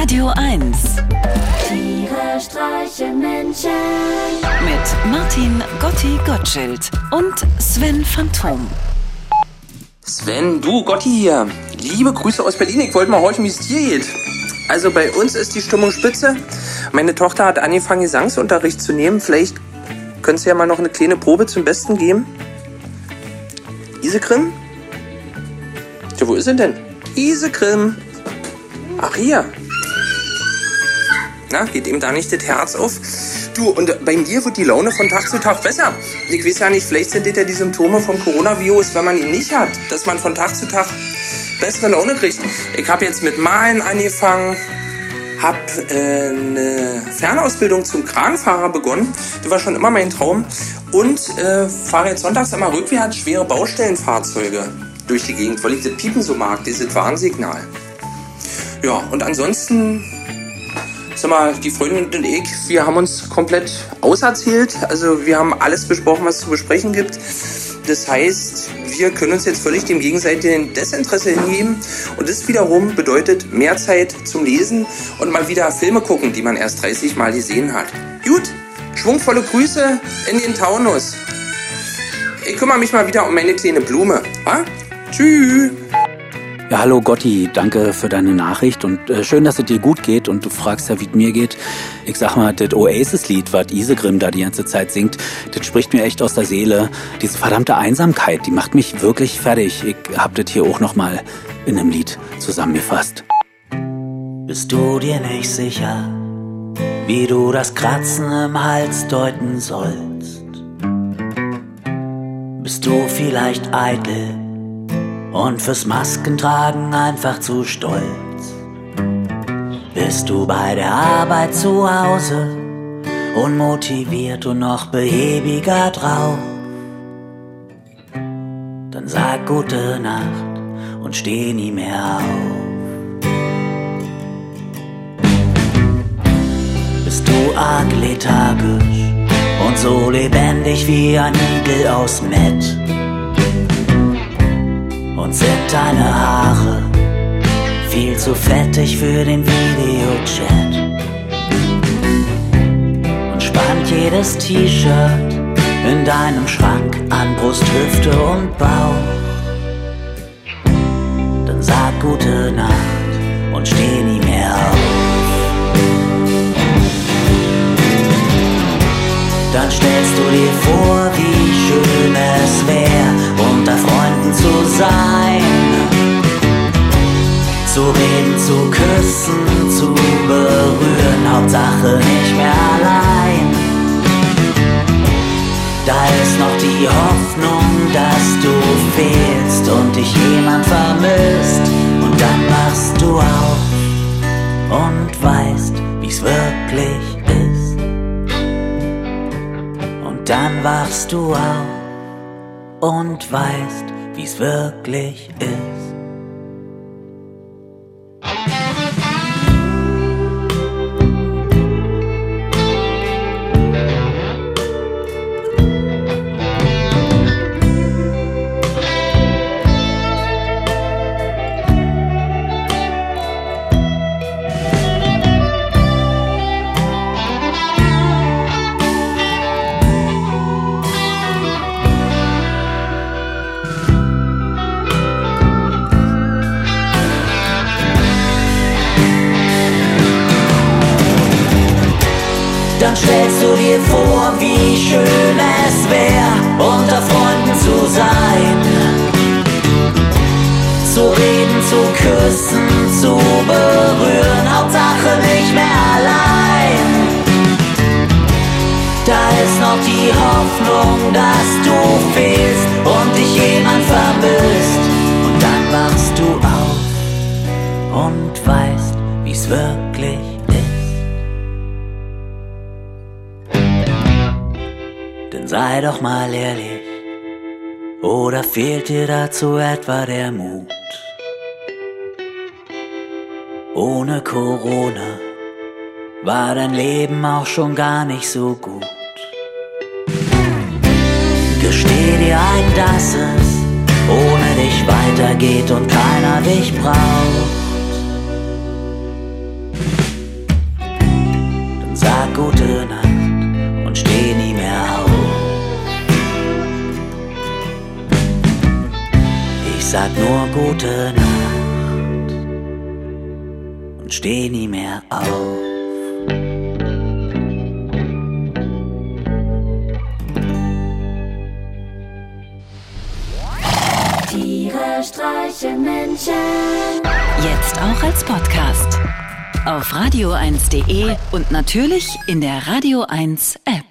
Radio 1. Tiere streichen Menschen. Mit Martin Gotti-Gottschild und Sven Phantom. Sven, du, Gotti hier. Liebe Grüße aus Berlin. Ich wollte mal horchen, wie es dir geht. Also bei uns ist die Stimmung spitze. Meine Tochter hat angefangen, Gesangsunterricht zu nehmen. Vielleicht könntest du ja mal noch eine kleine Probe zum Besten geben. Isegrim? Ja, wo ist sie denn? Isegrim. Ach, hier. Na, geht ihm da nicht das Herz auf? Du, und bei mir wird die Laune von Tag zu Tag besser. Ich weiß ja nicht, vielleicht sind das ja die Symptome vom Coronavirus, wenn man ihn nicht hat. Dass man von Tag zu Tag bessere Laune kriegt. Ich habe jetzt mit Malen angefangen. Habe eine Fernausbildung zum Kranfahrer begonnen. Das war schon immer mein Traum. Und fahre jetzt sonntags immer rückwärts schwere Baustellenfahrzeuge durch die Gegend, weil ich das Piepen so mag, dieses Warnsignal. Ja, und ansonsten, sag mal, die Freundin und ich, wir haben uns komplett auserzählt. Also wir haben alles besprochen, was es zu besprechen gibt. Das heißt, wir können uns jetzt völlig dem gegenseitigen Desinteresse hingeben. Und das wiederum bedeutet mehr Zeit zum Lesen und mal wieder Filme gucken, die man erst 30 Mal gesehen hat. Gut, schwungvolle Grüße in den Taunus. Ich kümmere mich mal wieder um meine kleine Blume. Ha? Tschüss. Ja, hallo Gotti, danke für deine Nachricht und schön, dass es dir gut geht und du fragst ja, wie es mir geht. Ich sag mal, das Oasis-Lied, was Isegrim da die ganze Zeit singt, das spricht mir echt aus der Seele. Diese verdammte Einsamkeit, die macht mich wirklich fertig. Ich hab das hier auch nochmal in einem Lied zusammengefasst. Bist du dir nicht sicher, wie du das Kratzen im Hals deuten sollst? Bist du vielleicht eitel und fürs Maskentragen einfach zu stolz? Bist du bei der Arbeit zu Hause unmotiviert und noch behäbiger drauf? Dann sag gute Nacht und steh nie mehr auf. Bist du arg lethargisch und so lebendig wie ein Igel aus Mett? Und sind deine Haare viel zu fettig für den Videochat? Und spannt jedes T-Shirt in deinem Schrank an Brust, Hüfte und Bauch? Dann sag gute Nacht und steh nie mehr auf. Dann stellst du dir vor, wie schön es wär, unter Freunden zu sein, zu reden, zu küssen, zu berühren, Hauptsache nicht mehr allein. Da ist noch die Hoffnung, dass du fehlst und dich jemand vermisst. Und dann wachst du auf und weißt, wie's wirklich ist. Und dann wachst du auf und weißt, wie's wirklich ist. Dann stellst du dir vor, wie schön es wär, unter Freunden zu sein, zu reden, zu küssen, zu berühren, Hauptsache nicht mehr allein. Da ist noch die Hoffnung, dass du fehlst und dich jemand vermisst. Und dann wachst du auf und weißt, wie's wirklich ist. Denn sei doch mal ehrlich, oder fehlt dir dazu etwa der Mut? Ohne Corona war dein Leben auch schon gar nicht so gut. Gesteh dir ein, dass es ohne dich weitergeht und keiner dich braucht. gute Nacht und steh nie mehr auf. Ich sag nur gute Nacht und steh nie mehr auf. Tiere streichen Menschen. Jetzt auch als Podcast. Auf radio1.de und natürlich in der Radio 1 App.